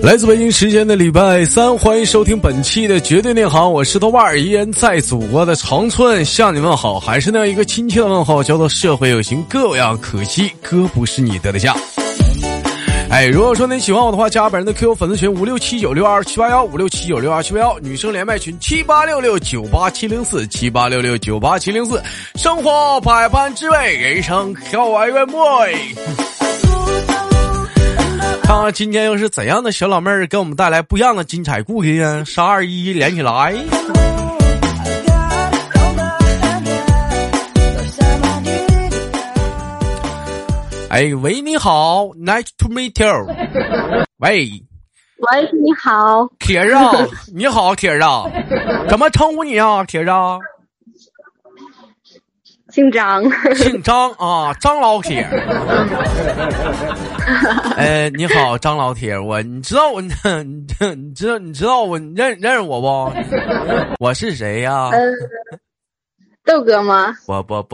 来自北京时间的礼拜三，欢迎收听本期的绝对内行，我是豆瓣儿，依然在祖国的长春向你问好，还是那样一个亲切的问候，叫做社会有情各样，可惜哥不是你得的下。如果说你喜欢我的话，加本人的 QQ 粉丝群567962781，567962781，女生连麦群7866987047， 7866987047，生活百般滋味，人生笑外圆味。看看今天又是怎样的小老妹儿给我们带来不一样的精彩故事呢？321连起来。喂，你好 ，Nice to meet you。喂， 你好， 铁子，你好，铁子，怎么称呼你啊，铁子？ 姓张。 姓张啊，张老铁。你好，张老铁，你知道我，你知道我认识我不？我是谁呀？ 豆哥吗？ 不，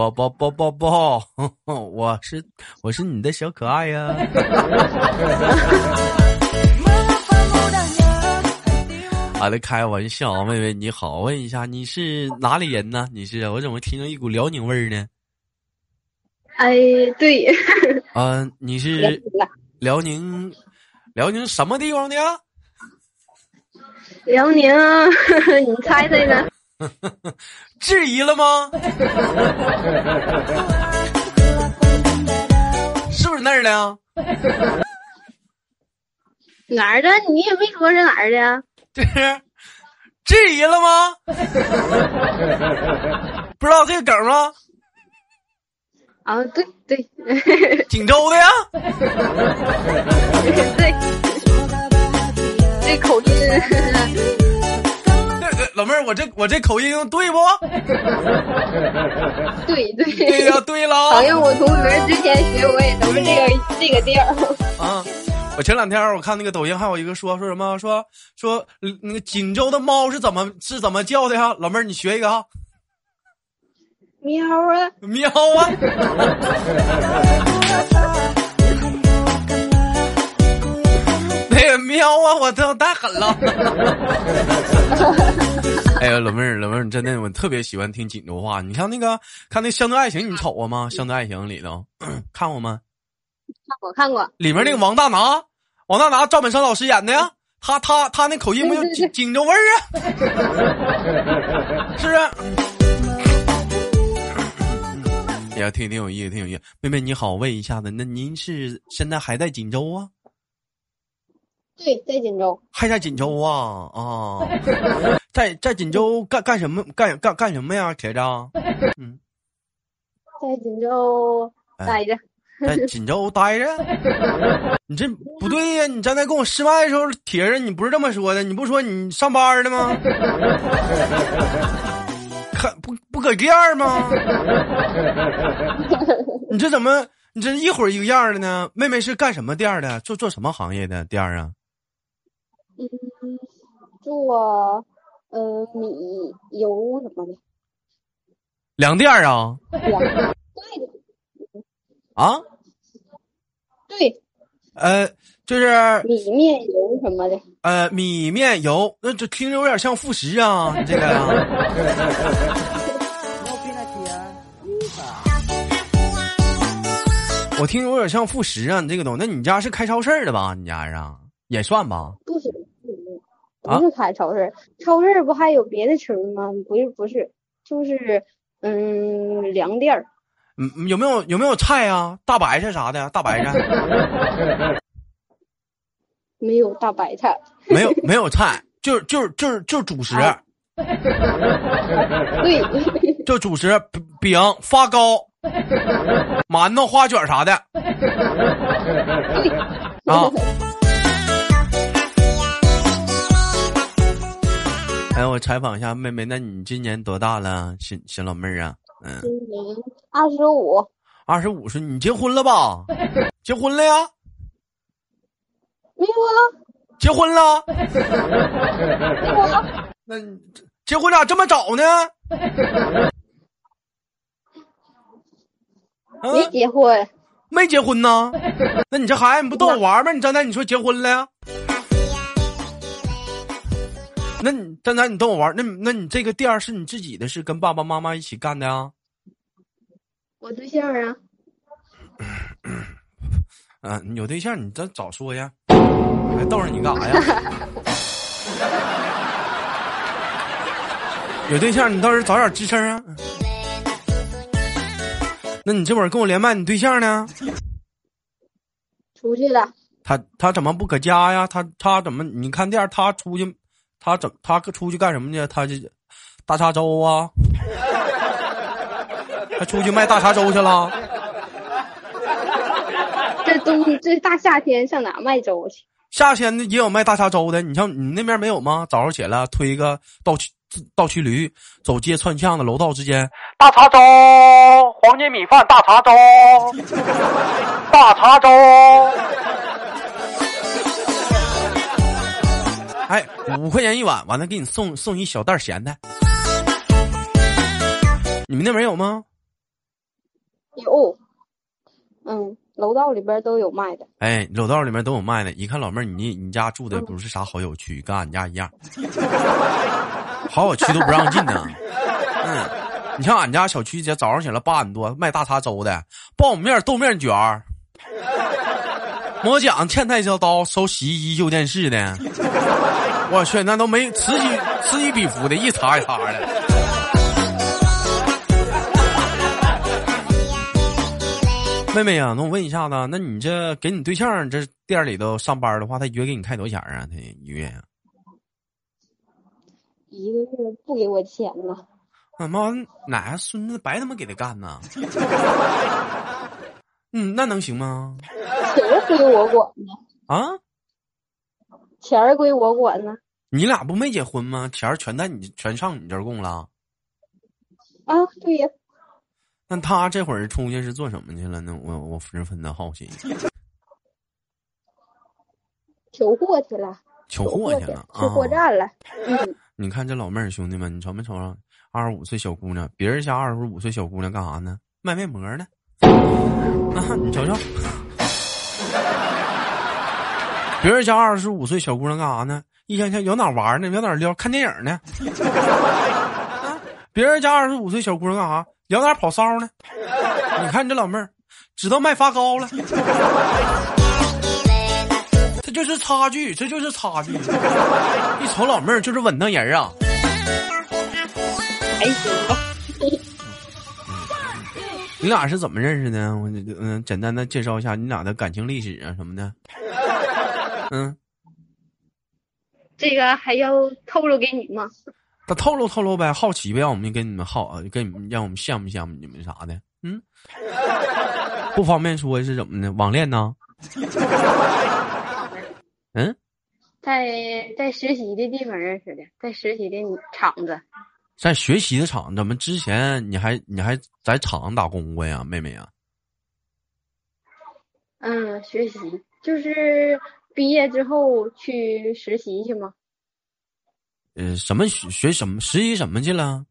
我是你的小可爱呀。好的，开玩笑，妹妹你好，问一下你是哪里人呢？我怎么听着一股辽宁味儿呢？ 对。 你是辽宁什么地方的呀？ 辽宁啊，你猜猜呢？ 质疑了吗？是不是那儿的呀？ 哪儿的？你也没说是哪儿的呀？ 这是质疑了吗？不知道这个梗吗？ 啊，对。 锦州的呀？ 对，这口音。 老妹儿，我这口音对不？ 对呀，对了。 好像我同学之前学我也都是这个调啊。我前两天我看那个抖音，还有一个说什么说那个锦州的猫是怎么叫的呀？老妹儿，你学一个啊。 喵啊！ 喵啊！那个喵啊，我操，太狠了！哎呀，老妹儿，你真的，我特别喜欢听锦州话。你像看那《相对爱情》，你瞅过吗？《相对爱情》里头看过吗？ 看过。里面那个王大拿，赵本山老师演的呀。他那口音不就锦州味儿啊？是不是？哎呀，挺有意思。妹妹你好，问一下子，那您是现在还在锦州啊？ 对，在锦州。 还在锦州啊？啊，在锦州干什么呀，铁子？ 在锦州待着。 在锦州待着？你这不对呀！你刚才跟我试麦的时候，铁子，你不是这么说的，你不说你上班的吗？不搁这样吗？你这怎么？你这一会儿一个样的呢？妹妹是干什么店的？做什么行业的店啊？ 做米油什么的。 粮店啊？ 对。 啊？ 对。 就是米面油什么的。 米面油，那这听着有点像副食啊，你这个呀。我听着有点像副食啊，你这个东西。那你家是开超市的吧？你家是也算吧？ 不是开超市，超市不还有别的词吗？不是，就是粮店儿。 有没有菜啊？大白菜啥的？大白菜。 没有大白菜。 没有菜，就是主食。 对。 就主食，饼、发糕、馒头、花卷啥的。啊。我采访一下妹妹，那你今年多大了，小老妹儿啊？ 今年25。 25岁，你结婚了吧？结婚了呀？ 没有啊。 结婚了？ 没有啊。 那你结婚咋这么早呢？ 没结婚。 没结婚呢？那你这孩子你不逗我玩吗？你刚才你说结婚了呀？ 那你刚才你逗我玩，那你这个店是你自己的，是跟爸爸妈妈一起干的呀？ 我对象啊。 你有对象你这早说呀，还逗着你干啥呀？有对象你倒是早点吱声啊。那你这会儿跟我连麦，你对象呢？ 出去了。 他怎么不搁家呀？他怎么？你看店他出去，他出去干什么去？他这大碴粥啊？他出去卖大碴粥去了？ 这大夏天上哪卖粥去？ 夏天也有卖大碴粥的，你像你那边没有吗？早上起来推个倒骑驴，走街串巷的楼道之间，大碴粥，黄金米饭，大碴粥，大碴粥。哎，5块钱一碗，完了给你送一小袋咸的。你们那边有吗？ 有。楼道里边都有卖的。 哎，楼道里面都有卖的。一看老妹儿，你家住的不是啥好小区，跟俺家一样，好小区都不让进呢。你像俺家小区，早上起来8点多卖大碴粥的，苞米面、豆面卷儿，磨奖、欠太削刀、收洗衣机、旧电视的。我去，那都没此起彼伏的，一茬一茬的。妹妹呀，那我问一下子，那你这给你对象这店里头上班的话，他一个月给你开多少钱啊？他一个月呀？ 一个月不给我钱呢。 俺妈哪个孙子白他妈给他干呢？那能行吗？ 钱归我管呢。 啊？ 钱归我管呢。 你俩不没结婚吗？钱全上你这儿供了？ 啊，对呀。 那他这会儿出去是做什么去了呢？我十分的好奇。 求货去了。 求货去了， 去货站了。 你看这老妹儿，兄弟们，你瞅没瞅上25岁小姑娘？别人家25岁小姑娘干啥呢？卖面膜呢。你瞅瞅，别人家25岁小姑娘干啥呢？一天天有哪玩呢？有哪撩？看电影呢。别人家25岁小姑娘干啥？聊哪跑骚呢？你看你这老妹儿，知道卖发糕了。这就是差距，这就是差距。一瞅老妹儿就是稳当人啊。 还行吧。 你俩是怎么认识的？我简单的介绍一下你俩的感情历史啊什么的。 这个还要透露给你吗？ 他透露呗，好奇呗，让我们跟你们让我们羡慕羡慕你们啥的。不方便说是怎么的？网恋呢？ 在实习的地方认识的，在实习的厂子。 在学习的厂，怎么之前你还在厂打工过呀，妹妹呀？ 学习就是毕业之后去实习去吗？ 什么学什么实习什么去了？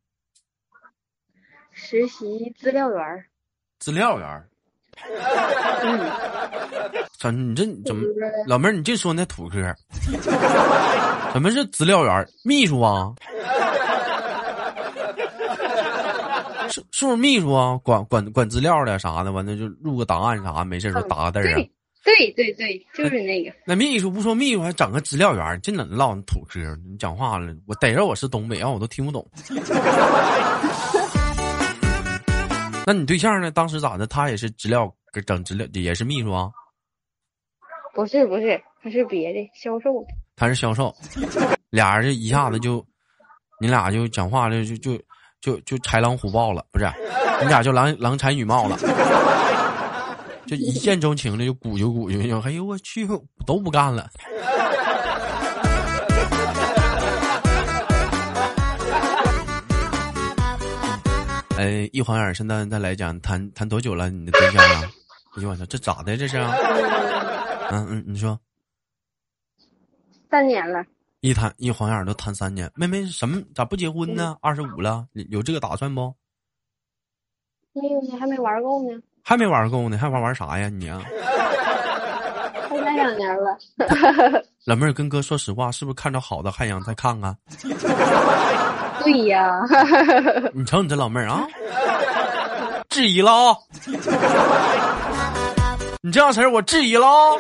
实习资料员。 资料员。你这怎么老妹儿？你净说那土科？什么是资料员？秘书啊？是不是秘书啊？管资料的啥的，完了就录个档案啥，没事就打个字啊。 对，就是那个。 那秘书不说秘书，还整个资料员，真能唠土科。你讲话了，我逮着我是东北啊，我都听不懂。那你对象呢？当时咋的？他也是整资料，也是秘书啊？ 不是，他是别的销售的。 他是销售，俩人一下子就，你俩就讲话了，就豺狼虎豹了，不是？你俩就郎才女貌了。就一见钟情的就鼓就，哎呦我去，都不干了。一晃眼现在来讲，谈多久了？你的对象啊？哎呦我操，这咋的这是啊？你说。 3年了。 一晃眼都谈3年，妹妹什么咋不结婚呢？25了，有这个打算不？ 没有呢，还没玩够呢。 还没玩够呢，还玩啥呀你啊？ 还来2年了。 老妹儿跟哥说实话，是不是看着好的汉阳再看看？ 对呀。 你瞅你这老妹儿啊，质疑了啊！你这样式儿我质疑了啊！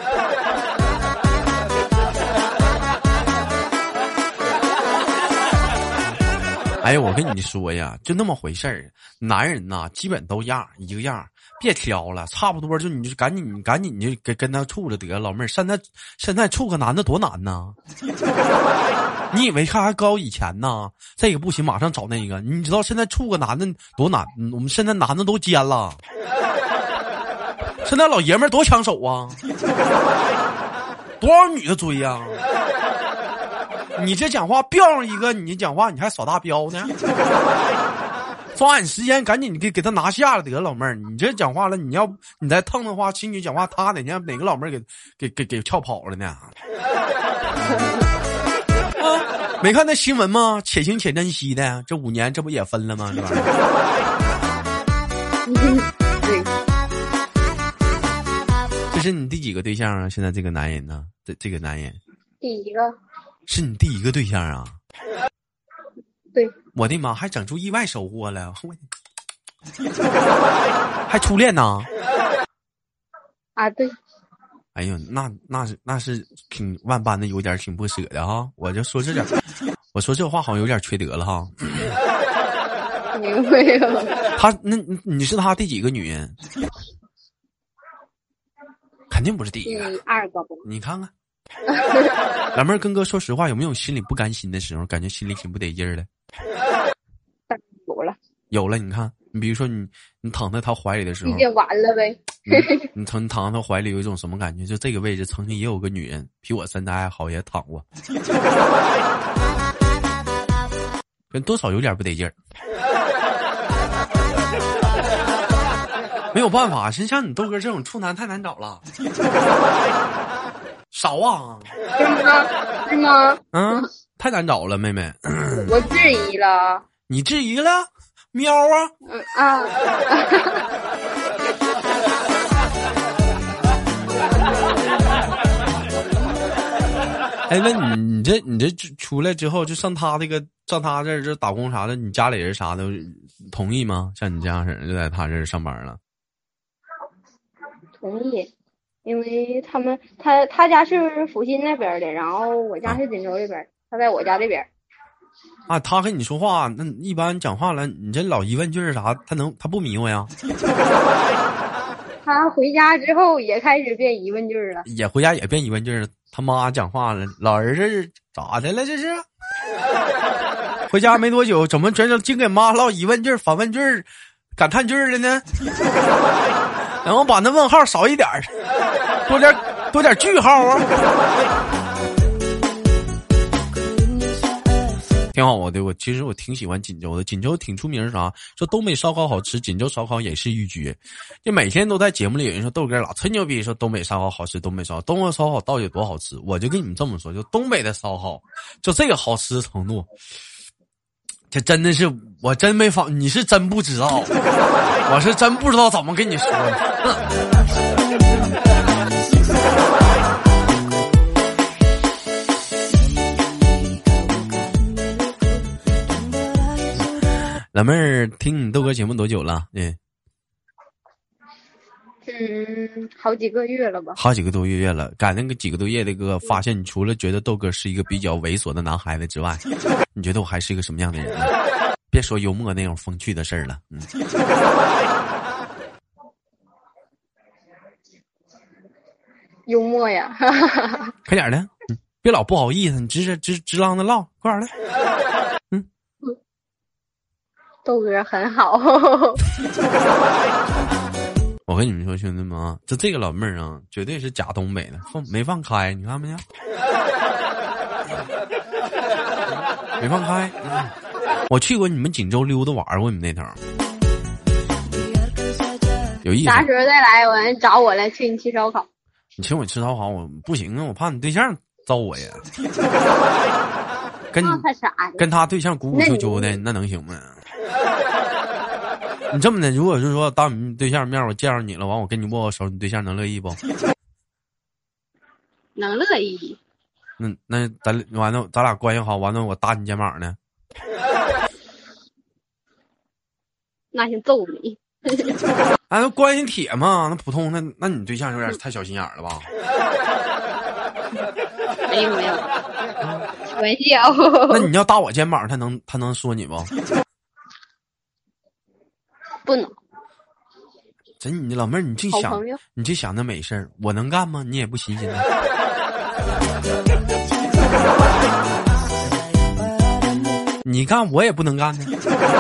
哎呀，我跟你说呀，就那么回事儿。男人呐，基本都一个样，别挑了，差不多就你就赶紧就跟他处着得了。老妹儿，现在处个男的多难呐！你以为看还高以前呢？这个不行，马上找那个。你知道现在处个男的多难？我们现在男的都奸了，现在老爷们儿多抢手啊，多少女的追呀！你这讲话标上一个，你讲话你还耍大标呢？抓紧时间，赶紧你给他拿下了得了，老妹儿，你这讲话了，你再蹭的话，轻举讲话，他哪天哪个老妹儿给撬跑了呢？啊，没看那新闻吗？且行且珍惜的，这5年这不也分了吗？这玩意儿。 对。 这是你第几个对象啊？现在这个男人呢？这个男人。 第一个。 是你第一个对象啊？ 对。 我的妈，还整出意外收获了，还初恋呢？ 啊，对。 哎呦，那是挺万般的，有点挺不舍的哈。我就说我说这话好像有点缺德了哈。 没有。 他那你是他第几个女人？肯定不是第一个。 第二个吧。 你看看。老妹儿跟哥说实话，有没有心里不甘心的时候，感觉心里挺不得劲儿的？有了，你看，你比如说你躺在他怀里的时候， 已经完了呗。 你躺在他怀里有一种什么感觉？就这个位置曾经也有个女人比我身材还好，也躺过，跟多少有点不得劲儿。没有办法，像你豆哥这种处男太难找了。少啊？ 是吗？ 嗯，太难找了，妹妹。 我质疑了。 你质疑了？喵啊！哎，那你这出来之后，就上他这儿这打工啥的，你家里人啥的同意吗？像你这样式的，就在他这儿上班了。 同意。因为他家是阜新那边的，然后我家是锦州这边，他在我家这边。 啊，他跟你说话，那一般讲话了，你这老疑问句是啥？他不迷糊呀？ 他回家之后也开始变疑问句了。 也回家也变疑问句了。他妈讲话了，老儿子咋的了？这是？回家没多久，怎么净给妈唠疑问句、反问句、感叹句了呢？然后把那问号少一点，多点句号啊。挺好我其实我挺喜欢锦州的，锦州挺出名啥？说东北烧烤好吃，锦州烧烤也是一绝。就每天都在节目里有人说豆哥老吹牛逼，说东北烧烤好吃，东北烧烤到底多好吃？我就跟你们这么说，就东北的烧烤，就这个好吃的程度，这真的是我真没法，你是真不知道，我是真不知道怎么跟你说呢。老妹儿听你豆哥节目多久了？ 好几个月了吧？ 好几个多月了。赶那个几个多月的哥，发现你除了觉得豆哥是一个比较猥琐的男孩子之外，你觉得我还是一个什么样的人呢？别说幽默那种风趣的事儿了。 幽默呀。 快点的，别老不好意思，你直啷的唠，快点的。 豆哥很好。 我跟你们说，兄弟们啊，这个老妹儿啊，绝对是假东北的，没放开，你看没见？没放开。我去过你们锦州溜达玩过，你们那头有意思。 啥时候再来？我找我来请你吃烧烤。 你请我吃烧烤，我不行啊，我怕你对象招我呀。跟他对象鼓鼓秋秋的，那能行吗？你这么的，如果是说当你对象面我见着你了，完我跟你握手，你对象能乐意不？ 能乐意。 那咱完了，咱俩关系好，完了我打你肩膀呢。 那先揍你。 那关系铁嘛，那普通的，那你对象有点太小心眼了吧？ 没有，开玩笑。 那你要打我肩膀，他能说你不？ 不能。 真你老妹儿，你这想那美事儿，我能干吗？你也不新鲜的。你干我也不能干呢。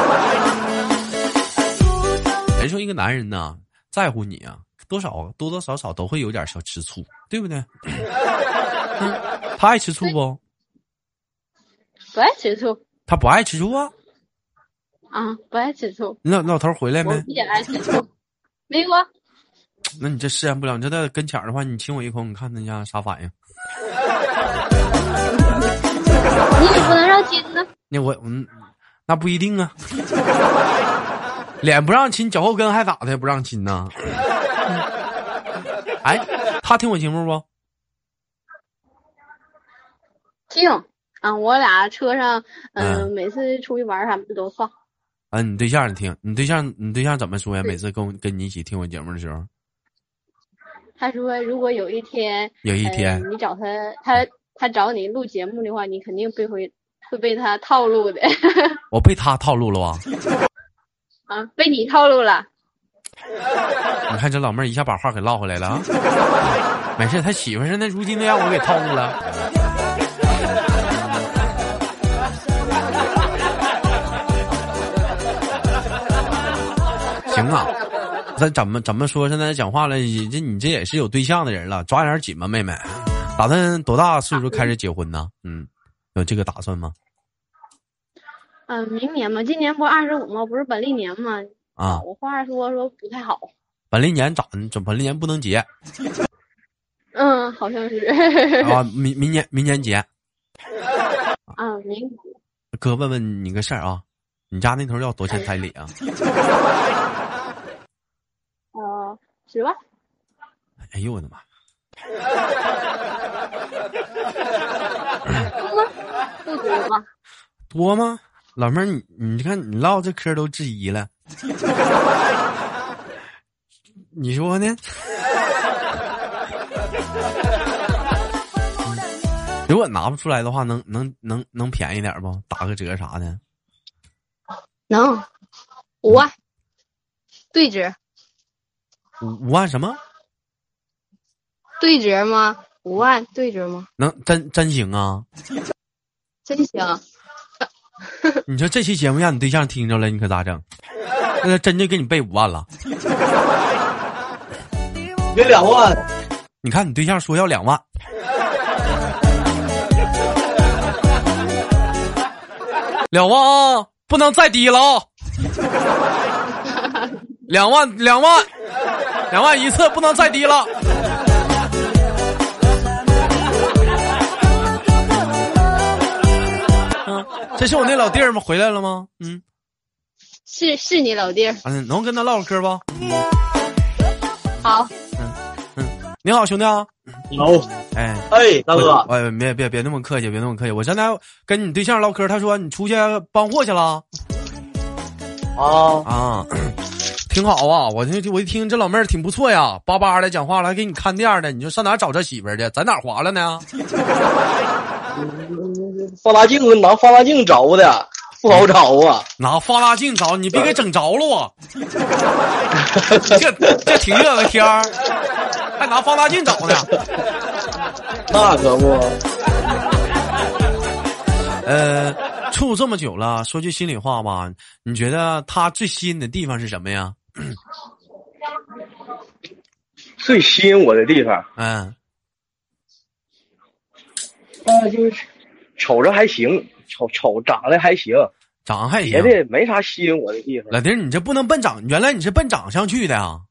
人说一个男人呢，在乎你啊，多多少少都会有点小吃醋，对不对？他爱吃醋不？ 不爱吃醋。 他不爱吃醋啊？ 啊，不爱吃醋。 你老头回来没？ 我也爱吃醋。没有啊。 那你这试验不了，你这在跟前的话，你亲我一口，你看他家啥反应？ 你也不能让亲呢。 那不一定啊。脸不让亲，脚后跟还咋的不让亲呢？哎，他听我节目不？ 听啊，我俩车上，每次出去玩啥的都放。 啊，你对象听，你对象怎么说呀？每次跟你一起听我节目的时候， 他说如果有一天你找他找你录节目的话，你肯定会被他套路的。 我被他套路了吧？ 啊，被你套路了。 你看这老妹儿一下把话给唠回来了啊！没事，他媳妇是那如今都让我给套路了。行啊，咱怎么说？现在讲话了，你这也是有对象的人了，抓点紧吧，妹妹。打算多大岁数开始结婚呢？有这个打算吗？ 明年嘛，今年不25吗？不是本历年吗？ 啊， 我话说不太好。 本历年本历年不能结。 好像是。 啊，明年结。 啊， 哥问问你个事儿啊，你家那头要多少钱彩礼啊 ？10万。 哎呦我的妈！ 不多吧？ 多吗？老妹儿，你看你唠这嗑都质疑了，你说呢？如果拿不出来的话，能便宜点不？打个折啥的？ 能，5万对折。 5万什么？ 对折吗？5万对折吗？ 能真行啊？ 真行。 你说这期节目让你对象听着了，你可咋整？那真就给你备5万了。 给2万。 你看你对象说要2万。2万啊，不能再低了啊！2万一次，不能再低了。这是我那老弟儿吗？回来了吗？ 是你老弟儿。 能跟他唠会嗑不？ 好。 你好，兄弟啊。 有。 哎， 大哥。 别那么客气，别那么客气。我现在跟你对象唠嗑，他说你出去帮货去了。啊，挺好啊！我一听这老妹儿挺不错呀，巴巴的讲话了，还给你看店的。你说上哪找这媳妇儿去？在哪儿划了呢？ 放大镜拿放大镜找的，不好找啊！ 拿放大镜找，你别给整着了我。这挺热的天儿，还拿放大镜找呢。 那可不。 处这么久了，说句心里话吧，你觉得他最吸引的地方是什么呀？ 最吸引我的地方，就是瞅着还行，长得还行，别的没啥吸引我的地方。 老弟，你这不能奔长，原来你是奔长相去的啊？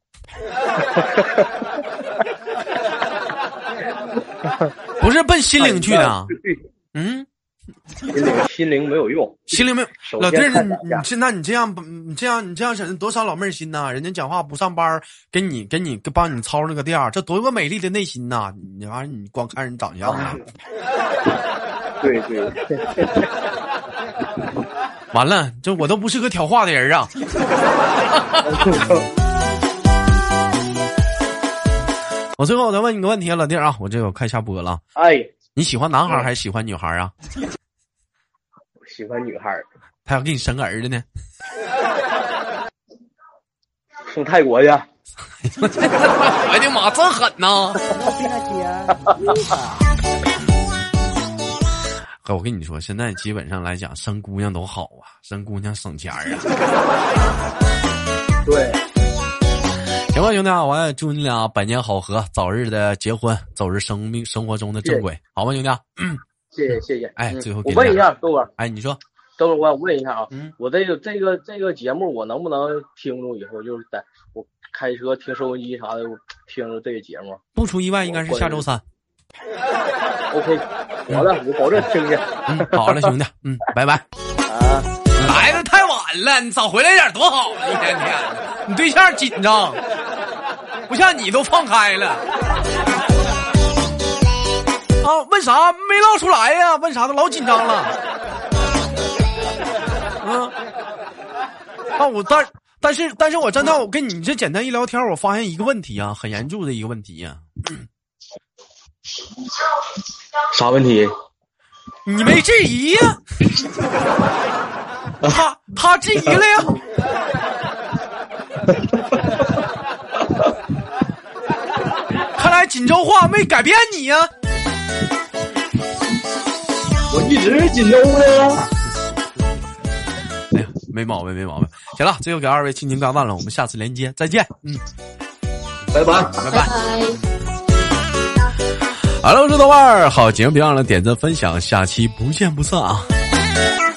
不是奔心灵去的啊？ 心灵没有用， 心灵没有。老弟，你这样省多少老妹儿心呐？人家讲话不上班，帮你操那个店，这多个美丽的内心呐！你玩意儿，你光看人长相啊？ 对对。 完了，这我都不是个挑话的人啊。我最后我再问你个问题啊，老弟啊，我这个快下播了。 哎， 你喜欢男孩还是喜欢女孩啊？ 我喜欢女孩。 他要给你生个儿子呢？ 送泰国去。 我的妈，真狠呐！哥，我跟你说，现在基本上来讲，生姑娘都好啊，生姑娘省钱啊。 对。 行吧，兄弟，我也祝你俩百年好合，早日的结婚，走入生活中的正轨，好吗，兄弟？ 谢谢谢谢。 哎，最后我问一下豆哥， 哎，你说， 豆哥，我问一下啊，我这个节目，我能不能听着以后，就是在我开车听收音机啥的，我听着这个节目？ 不出意外，应该是下周3。 OK， 好的，我保证听去。 好了，兄弟，拜拜。 啊， 来的太晚了，你早回来点多好啊！一天天，你对象紧张，不像你都放开了。啊，问啥没唠出来呀？问啥都老紧张了。但是我真的，我跟你这简单一聊天，我发现一个问题啊，很严重的一个问题呀。 啥问题？ 你没质疑呀？他质疑了呀？看来锦州话没改变你呀？ 我一直是锦州的呀。 哎呀，没毛病，没毛病。行了，最后给二位轻轻干饭了，我们下次连接再见。 拜拜， 拜拜。Hello， 我是豆瓣儿，好节目别忘了点赞分享，下期不见不散啊。